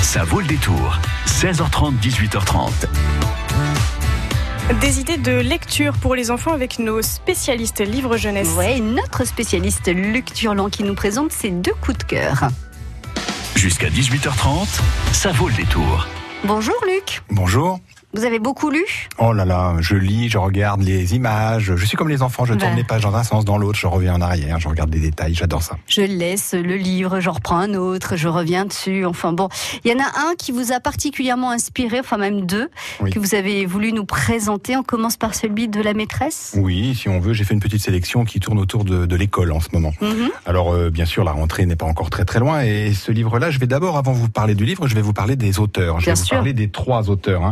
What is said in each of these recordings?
Ça vaut le détour. 16h30, 18h30. Des idées de lecture pour les enfants avec nos spécialistes livres jeunesse. Oui, notre spécialiste Luc Turlan qui nous présente ses 2 coups de cœur. Jusqu'à 18h30, ça vaut le détour. Bonjour Luc. Bonjour. Vous avez beaucoup lu ? Oh là là, je lis, je regarde les images. Je suis comme les enfants, je tourne les pages dans un sens, dans l'autre, je reviens en arrière, je regarde les détails, j'adore ça. Je laisse le livre, j'en reprends un autre, je reviens dessus. Enfin bon, il y en a un qui vous a particulièrement inspiré, enfin même 2, que vous avez voulu nous présenter. On commence par celui de la maîtresse. Oui, si on veut, j'ai fait une petite sélection qui tourne autour de l'école en ce moment. Alors bien sûr, la rentrée n'est pas encore très très loin. Et ce livre-là, je vais d'abord, avant de vous parler du livre, je vais vous parler des auteurs. Je vais vous parler des 3 auteurs.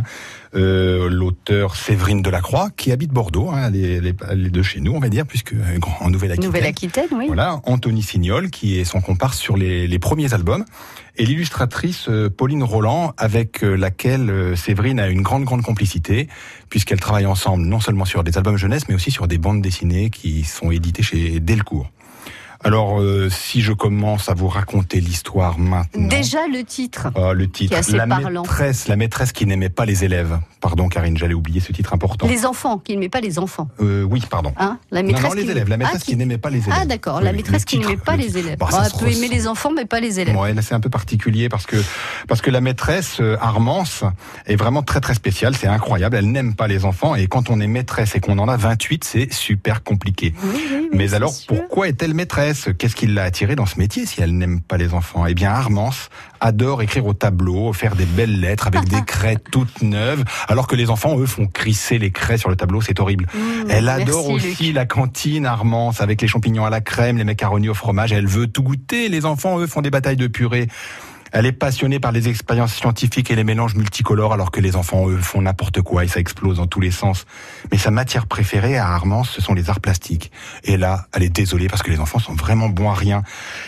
L'auteur Séverine Delacroix, qui habite Bordeaux, les 2 chez nous, on va dire, puisque en Nouvelle-Aquitaine. Nouvelle-Aquitaine, oui. Voilà, Anthony Signol, qui est son comparse sur les premiers albums, et l'illustratrice Pauline Roland, avec laquelle Séverine a une grande complicité, puisqu'elle travaille ensemble non seulement sur des albums jeunesse, mais aussi sur des bandes dessinées qui sont éditées chez Delcourt. Alors, si je commence à vous raconter l'histoire maintenant... Déjà le titre. Le titre, qui est assez parlant. La maîtresse qui n'aimait pas les élèves. Pardon Karine, j'allais oublier ce titre important. Les enfants, qui n'aimaient pas les enfants. Oui, pardon. La maîtresse non, les élèves. La maîtresse qui n'aimait pas les élèves. Ah d'accord, la maîtresse qui n'aimait pas les élèves. Elle peut aimer les enfants, mais pas les élèves. Ouais, là c'est un peu particulier parce que la maîtresse, Armance, est vraiment très très spéciale, c'est incroyable, elle n'aime pas les enfants, et quand on est maîtresse et qu'on en a 28, c'est super compliqué. Oui, mais alors, pourquoi est-elle maîtresse ? Qu'est-ce qui l'a attirée dans ce métier si elle n'aime pas les enfants ? Eh bien, Armance adore écrire au tableau, faire des belles lettres avec des craies toutes neuves, alors que les enfants, eux, font crisser les craies sur le tableau, c'est horrible. Elle adore aussi la cantine, Armance, avec les champignons à la crème, les macaronis au fromage, elle veut tout goûter. Les enfants, eux, font des batailles de purée. Elle est passionnée par les expériences scientifiques et les mélanges multicolores, alors que les enfants, eux, font n'importe quoi et ça explose dans tous les sens. Mais sa matière préférée à Armance, ce sont les arts plastiques. Et là, elle est désolée parce que les enfants sont vraiment bons à rien.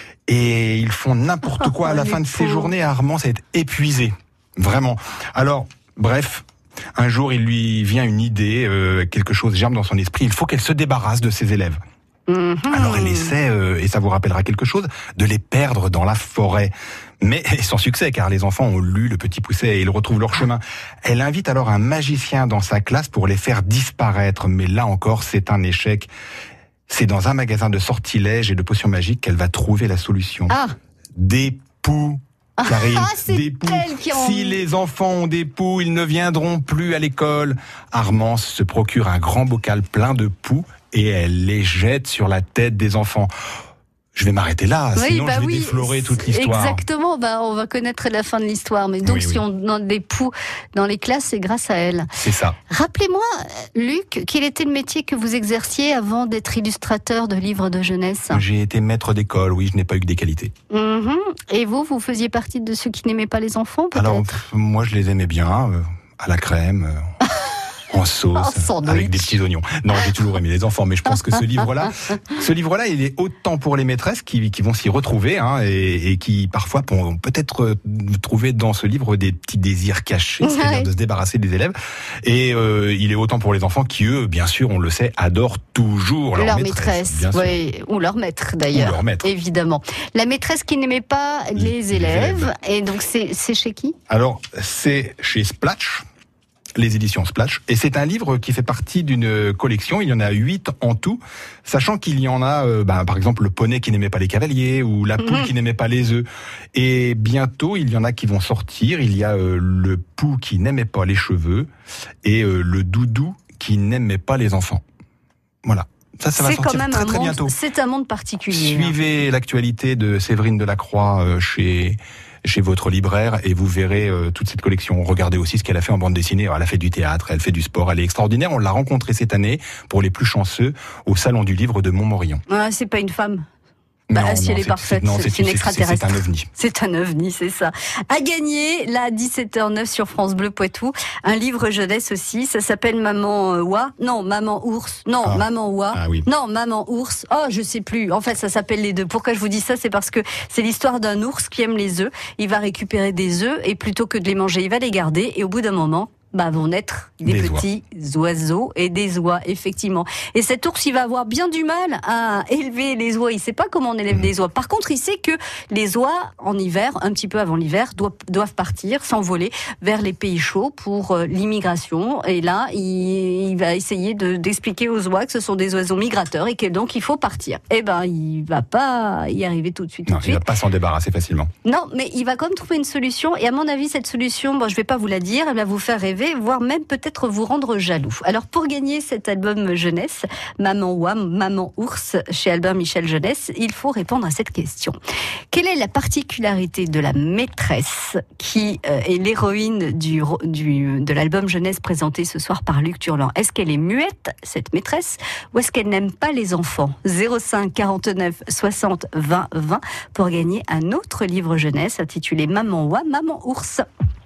Et ils font n'importe quoi à la fin de ces journées. Armance est épuisée. Vraiment. Alors, bref... Un jour, il lui vient une idée, quelque chose germe dans son esprit. Il faut qu'elle se débarrasse de ses élèves. Alors elle essaie, et ça vous rappellera quelque chose, de les perdre dans la forêt. Mais sans succès, car les enfants ont lu Le Petit Poucet et ils retrouvent leur chemin. Elle invite alors un magicien dans sa classe pour les faire disparaître. Mais là encore, c'est un échec. C'est dans un magasin de sortilèges et de potions magiques qu'elle va trouver la solution. Des poux. Karine, des poux. Si les enfants ont des poux, ils ne viendront plus à l'école. Armance se procure un grand bocal plein de poux et elle les jette sur la tête des enfants. Je vais m'arrêter là, sinon je vais déflorer toute l'histoire. Exactement, on va connaître la fin de l'histoire. Mais donc, si on a des poux dans les classes, c'est grâce à elle. C'est ça. Rappelez-moi, Luc, quel était le métier que vous exerciez avant d'être illustrateur de livres de jeunesse ? J'ai été maître d'école, oui, je n'ai pas eu que des qualités. Et vous faisiez partie de ceux qui n'aimaient pas les enfants, peut-être ? Alors, moi, je les aimais bien, à la crème... en sauce, avec des petits oignons. Non, j'ai toujours aimé les enfants, mais je pense que ce livre-là, il est autant pour les maîtresses qui vont s'y retrouver, et qui parfois pourront peut-être trouver dans ce livre des petits désirs cachés, c'est-à-dire de se débarrasser des élèves. Et il est autant pour les enfants qui, eux, bien sûr, on le sait, adorent toujours leur maîtresse. Ou leur maître d'ailleurs. Ou leur maître. Évidemment. La maîtresse qui n'aimait pas les élèves. Et donc c'est chez qui ? Alors, c'est chez Splatch. Les éditions Splash. Et c'est un livre qui fait partie d'une collection. Il y en a 8 en tout, sachant qu'il y en a, par exemple, le poney qui n'aimait pas les cavaliers ou la poule qui n'aimait pas les œufs. Et bientôt, il y en a qui vont sortir. Il y a le pou qui n'aimait pas les cheveux et le doudou qui n'aimait pas les enfants. Voilà. Ça va sortir très bientôt. C'est un monde particulier. Suivez l'actualité de Séverine Delacroix chez votre libraire et vous verrez toute cette collection. Regardez aussi ce qu'elle a fait en bande dessinée. Elle a fait du théâtre, elle fait du sport, elle est extraordinaire. On l'a rencontrée cette année, pour les plus chanceux, au Salon du Livre de Montmorillon. C'est pas une femme. Si elle est parfaite, c'est une extraterrestre. C'est un ovni. C'est un ovni, c'est ça. À gagner, là, 17h09 sur France Bleu Poitou. Un livre jeunesse aussi. Ça s'appelle Maman Oua. Non, Maman Ours. Non, Maman Oua. Non, Maman Ours. Je sais plus. En fait, ça s'appelle les deux. Pourquoi je vous dis ça ? C'est parce que c'est l'histoire d'un ours qui aime les œufs. Il va récupérer des œufs et plutôt que de les manger, il va les garder. Et au bout d'un moment, vont naître des petits oiseaux et des oies, effectivement. Et cet ours, il va avoir bien du mal à élever les oies. Il sait pas comment on élève des oies. Par contre, il sait que les oies, en hiver, un petit peu avant l'hiver, doivent partir, s'envoler vers les pays chauds pour l'immigration. Et là, il va essayer d'expliquer aux oies que ce sont des oiseaux migrateurs et que donc il faut partir. Il va pas y arriver tout de suite. Non, il va pas s'en débarrasser facilement. Non, mais il va quand même trouver une solution. Et à mon avis, cette solution, je vais pas vous la dire, elle va vous faire rêver, voire même peut-être vous rendre jaloux. Alors, pour gagner cet album jeunesse, Maman Oie, Maman Ours, chez Albin Michel Jeunesse, il faut répondre à cette question. Quelle est la particularité de la maîtresse qui est l'héroïne de l'album jeunesse présenté ce soir par Luc Turlan? Est-ce qu'elle est muette, cette maîtresse, ou est-ce qu'elle n'aime pas les enfants? 05 49 60 20 20 pour gagner un autre livre jeunesse intitulé Maman Oie, Maman Ours.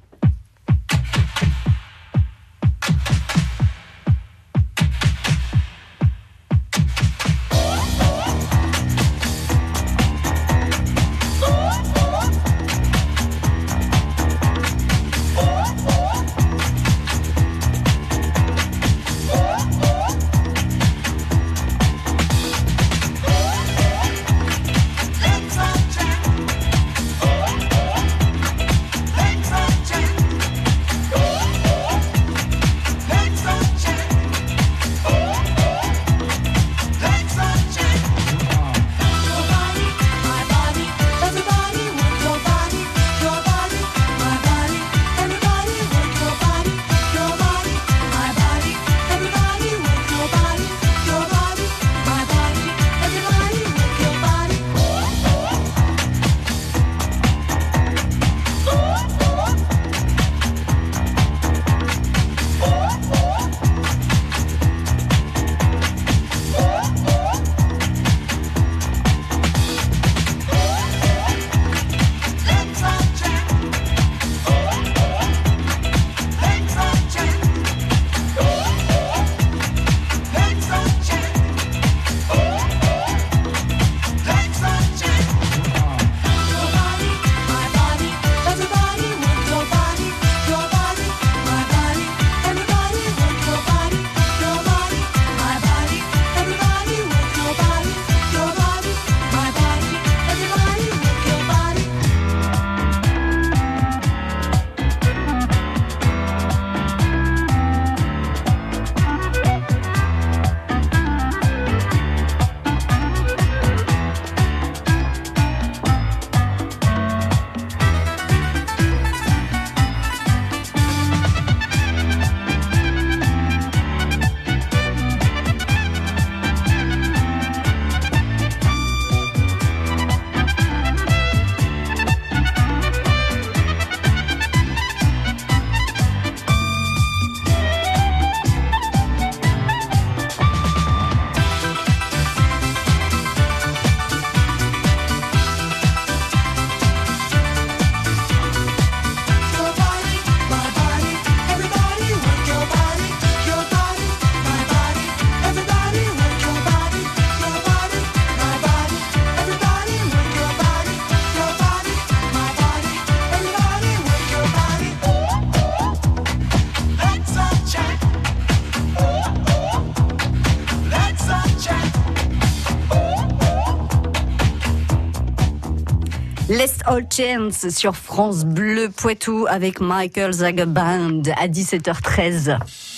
Let's All Chance sur France Bleu Poitou avec Michael Zagaband à 17h13.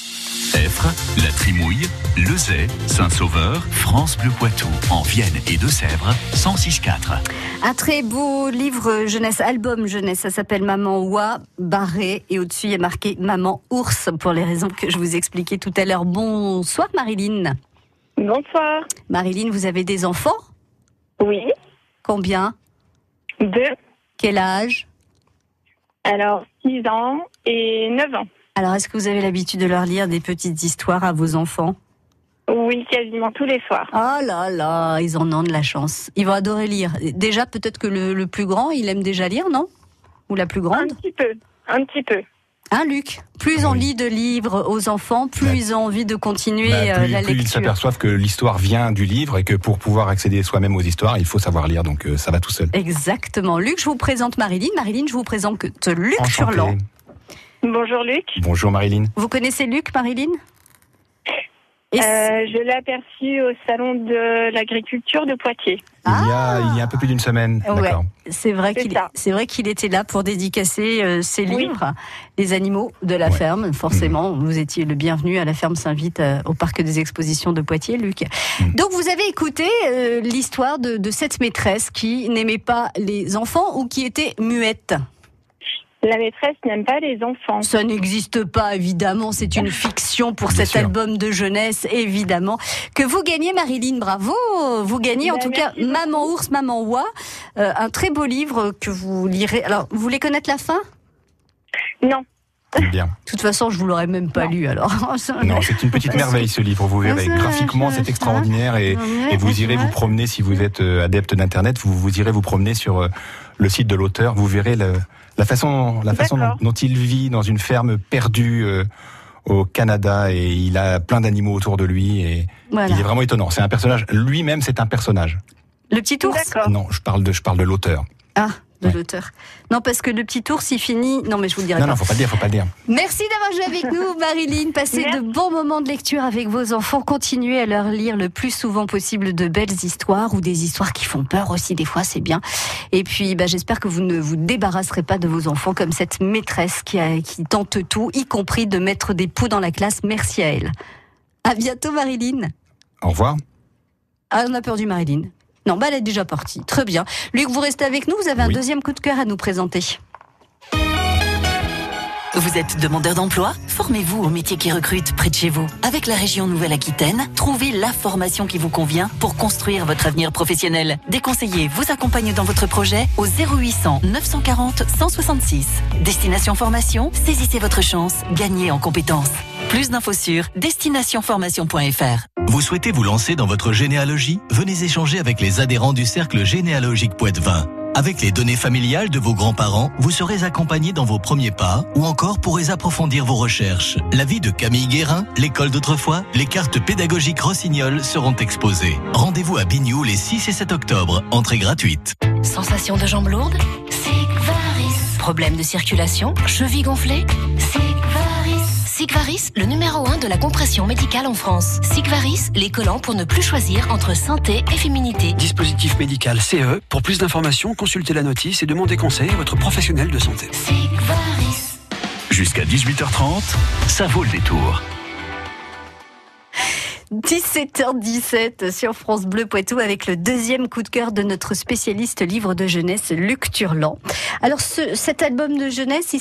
Effre, La Trimouille, Lezay, Saint-Sauveur, France Bleu Poitou, en Vienne et Deux-Sèvres, 106.4. Un très beau livre jeunesse, album jeunesse, ça s'appelle Maman Oie, barré, et au-dessus il y a marqué Maman Ours, pour les raisons que je vous expliquais tout à l'heure. Bonsoir Marilyn. Bonsoir. Marilyn, vous avez des enfants? Oui. Combien? 2. Quel âge? Alors, 6 ans et 9 ans. Alors, est-ce que vous avez l'habitude de leur lire des petites histoires à vos enfants? Oui, quasiment tous les soirs. Oh là là, ils en ont de la chance. Ils vont adorer lire. Déjà, peut-être que le plus grand, il aime déjà lire, non? Ou la plus grande? Un petit peu. Hein, Luc? Plus on lit de livres aux enfants, plus ils ont envie de continuer la lecture. Plus ils s'aperçoivent que l'histoire vient du livre et que pour pouvoir accéder soi-même aux histoires, il faut savoir lire, donc ça va tout seul. Exactement. Luc, je vous présente Marilyn. Marilyn, je vous présente Luc Turlan. Bonjour Luc. Bonjour Marilyn. Vous connaissez Luc, Marilyn ? Je l'ai aperçu au salon de l'agriculture de Poitiers. Il y a un peu plus d'une semaine. Ouais, D'accord. c'est vrai qu'il était là pour dédicacer ses livres, Les animaux de la ferme. Forcément, vous étiez le bienvenu à la ferme Saint-Vite au parc des expositions de Poitiers, Luc. Donc vous avez écouté l'histoire de cette maîtresse qui n'aimait pas les enfants ou qui était muette. La maîtresse n'aime pas les enfants. Ça n'existe pas, évidemment. C'est une fiction pour cet album de jeunesse, évidemment. Que vous gagnez, Marilyn, bravo. Vous gagnez, en tout cas, Maman Ours, Maman Oie. Un très beau livre que vous lirez. Alors, vous voulez connaître la fin ? Non. Bien. De toute façon, je vous l'aurais même pas lu, alors. Non, c'est une petite merveille, ce livre. Vous verrez, graphiquement, c'est extraordinaire. Et vous irez vous promener, si vous êtes adepte d'Internet, vous irez vous promener sur le site de l'auteur. Vous verrez la façon dont il vit dans une ferme perdue au Canada, et il a plein d'animaux autour de lui, et il est vraiment étonnant. C'est un personnage, lui-même c'est un personnage. Le petit ours ? Non, je parle de l'auteur. Ah, de l'auteur. Non, parce que le petit ours, il finit... Non, mais je vous le dirai pas. Non, faut pas le dire. Merci d'avoir joué avec nous, Marilyn. Passez de bons moments de lecture avec vos enfants. Continuez à leur lire le plus souvent possible de belles histoires, ou des histoires qui font peur aussi, des fois, c'est bien. Et puis, j'espère que vous ne vous débarrasserez pas de vos enfants comme cette maîtresse qui tente tout, y compris de mettre des poux dans la classe. Merci à elle. À bientôt, Marilyn. Au revoir. Ah, on a perdu Marilyn. Non, elle est déjà partie. Très bien. Luc, vous restez avec nous. Vous avez un deuxième coup de cœur à nous présenter. Vous êtes demandeur d'emploi ? Formez-vous au métier qui recrute près de chez vous. Avec la région Nouvelle-Aquitaine, trouvez la formation qui vous convient pour construire votre avenir professionnel. Des conseillers vous accompagnent dans votre projet au 0800 940 166. Destination Formation, saisissez votre chance, gagnez en compétences. Plus d'infos sur destinationformation.fr. Vous souhaitez vous lancer dans votre généalogie ? Venez échanger avec les adhérents du Cercle généalogique Poitevin. Avec les données familiales de vos grands-parents, vous serez accompagnés dans vos premiers pas ou encore pourrez approfondir vos recherches. La vie de Camille Guérin, l'école d'autrefois, les cartes pédagogiques Rossignol seront exposées. Rendez-vous à Bignoux les 6 et 7 octobre, entrée gratuite. Sensation de jambes lourdes ? Sigvaris. Problème de circulation ? Cheville gonflée ? Sigvaris. Sigvaris, le numéro 1 de la compression médicale en France. Sigvaris, les collants pour ne plus choisir entre santé et féminité. Dispositif médical CE. Pour plus d'informations, consultez la notice et demandez conseil à votre professionnel de santé. Sigvaris. Jusqu'à 18h30, ça vaut le détour. 17h17 sur France Bleu Poitou avec le deuxième coup de cœur de notre spécialiste livre de jeunesse, Luc Turlan. Alors cet album de jeunesse,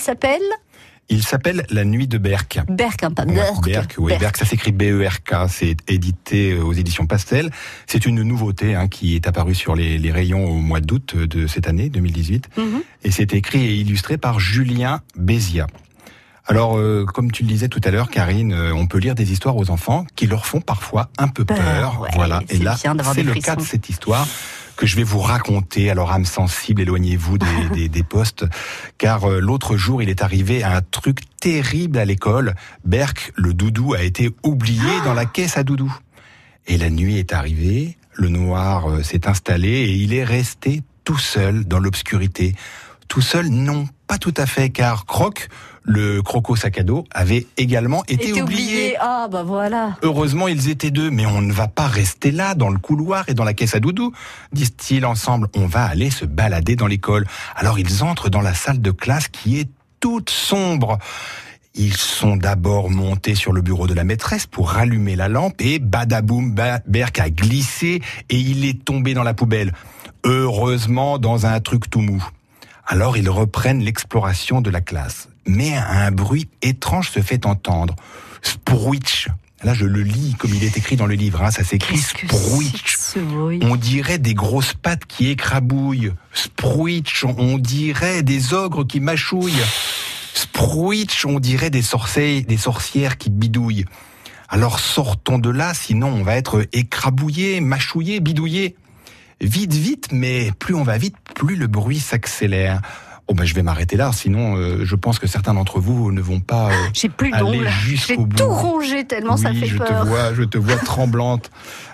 il s'appelle La Nuit de Berck. Berck, pas Berck. Berck, ça s'écrit B-E-R-K. C'est édité aux éditions Pastel. C'est une nouveauté qui est apparue sur les rayons au mois d'août de cette année, 2018. Et c'est écrit et illustré par Julien Bézia. Alors, comme tu le disais tout à l'heure, Karine, on peut lire des histoires aux enfants qui leur font parfois un peu peur. Voilà. Et là, c'est le cas de cette histoire que je vais vous raconter. Alors, âme sensible, éloignez-vous des postes, car l'autre jour, il est arrivé un truc terrible à l'école. Berck, le doudou, a été oublié dans la caisse à doudou. Et la nuit est arrivée, le noir s'est installé et il est resté tout seul dans l'obscurité. Tout seul, non, pas tout à fait, car Croc, le croco sac à dos, avait également été oublié. Ah, voilà. Heureusement, ils étaient deux, mais on ne va pas rester là, dans le couloir et dans la caisse à doudou, disent-ils ensemble. On va aller se balader dans l'école. Alors, ils entrent dans la salle de classe qui est toute sombre. Ils sont d'abord montés sur le bureau de la maîtresse pour rallumer la lampe et badaboum, Berck a glissé et il est tombé dans la poubelle. Heureusement, dans un truc tout mou. Alors ils reprennent l'exploration de la classe. Mais un bruit étrange se fait entendre. Sprouitch. Là, je le lis comme il est écrit dans le livre. Ça s'écrit Sprouitch. On dirait des grosses pattes qui écrabouillent. Sprouitch, on dirait des ogres qui mâchouillent. Sprouitch, on dirait des sorcières qui bidouillent. Alors sortons de là, sinon on va être écrabouillés, mâchouillés, bidouillés. Vite, mais plus on va vite, plus le bruit s'accélère. Je vais m'arrêter là, sinon je pense que certains d'entre vous ne vont pas J'ai plus aller jusqu'au bout. J'ai tout rongé tellement ça fait peur. Je te vois tremblante.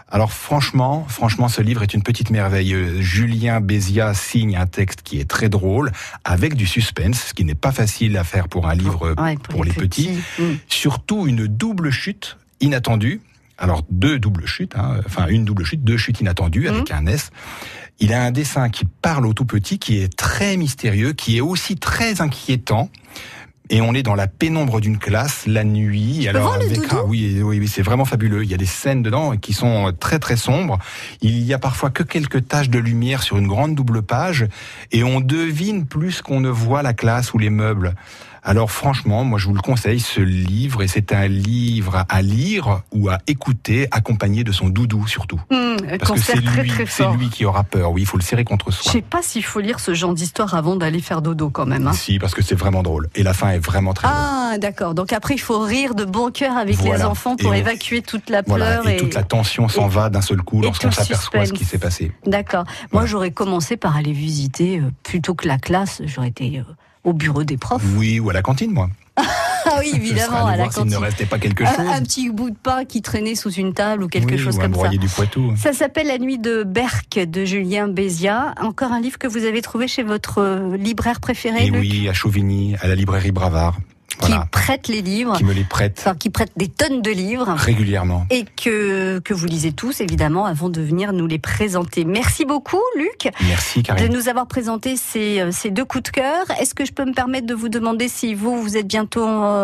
Alors franchement, ce livre est une petite merveille. Julien Béziat signe un texte qui est très drôle, avec du suspense, ce qui n'est pas facile à faire pour un livre pour les petits. Surtout une double chute inattendue. Alors deux doubles chutes, une double chute, 2 chutes inattendues avec un S. Il a un dessin qui parle au tout petit, qui est très mystérieux, qui est aussi très inquiétant. Et on est dans la pénombre d'une classe, la nuit. Oui, c'est vraiment fabuleux. Il y a des scènes dedans qui sont très très sombres. Il y a parfois que quelques taches de lumière sur une grande double page, et on devine plus qu'on ne voit la classe ou les meubles. Alors franchement, moi je vous le conseille, ce livre, et c'est un livre à lire ou à écouter, accompagné de son doudou surtout. Parce que c'est lui qui aura peur. Oui, il faut le serrer contre soi. Je sais pas s'il faut lire ce genre d'histoire avant d'aller faire dodo quand même. Si, parce que c'est vraiment drôle. Et la fin est vraiment très drôle. Ah, d'accord. Donc après, il faut rire de bon cœur avec les enfants pour évacuer toute la peur. Et toute la tension s'en va d'un seul coup lorsqu'on s'aperçoit ce qui s'est passé. D'accord. Moi, j'aurais commencé par aller visiter, plutôt que la classe, j'aurais été au bureau des profs. Oui, ou à la cantine, moi. Ah oui, évidemment, à la cantine. S'il ne restait pas quelque chose. Un petit bout de pain qui traînait sous une table ou quelque chose comme ça. Broyer du Poitou. Ça s'appelle La nuit de Berck de Julien Béziat. Encore un livre que vous avez trouvé chez votre libraire préféré, Luc ? Oui, à Chauvigny, à la librairie Bravard. Qui prête les livres. Qui me les prête. Enfin, qui prête des tonnes de livres. Régulièrement. Et que vous lisez tous, évidemment, avant de venir nous les présenter. Merci beaucoup, Luc. Merci, Karine. De nous avoir présenté ces 2 coups de cœur. Est-ce que je peux me permettre de vous demander si vous êtes bientôt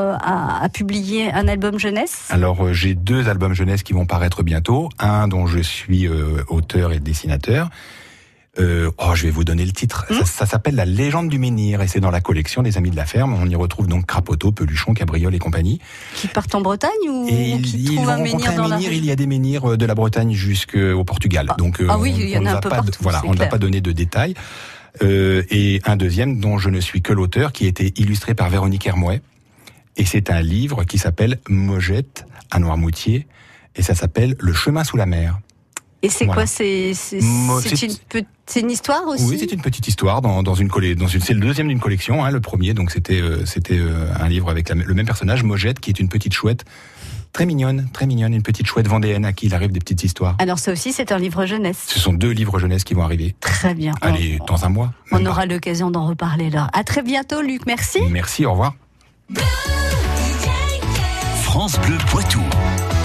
à publier un album jeunesse ? Alors, j'ai 2 albums jeunesse qui vont paraître bientôt. Un dont je suis auteur et dessinateur. Je vais vous donner le titre. Ça s'appelle La légende du menhir, et c'est dans la collection des Amis de la Ferme. On y retrouve donc Crapoteau, Peluchon, Cabriole et compagnie. Qui partent en Bretagne ou qui trouvent un menhir dans la région ? Il y a des menhirs de la Bretagne jusqu'au Portugal. Donc, il y en a un peu partout. Voilà, on ne va pas donner de détails. Et un deuxième dont je ne suis que l'auteur, qui a été illustré par Véronique Hermouet. Et c'est un livre qui s'appelle Mogette à Noirmoutier, et ça s'appelle Le chemin sous la mer. Et c'est quoi ? C'est une histoire aussi ? Oui, c'est une petite histoire dans une c'est le deuxième d'une collection, le premier, donc c'était un livre avec le même personnage, Mogette, qui est une petite chouette très mignonne, une petite chouette vendéenne à qui il arrive des petites histoires. Alors ça aussi, c'est un livre jeunesse. Ce sont 2 livres jeunesse qui vont arriver. Très bien. Allez, dans un mois. On aura l'occasion d'en reparler là. À très bientôt, Luc. Merci. Merci, au revoir. France Bleu Poitou.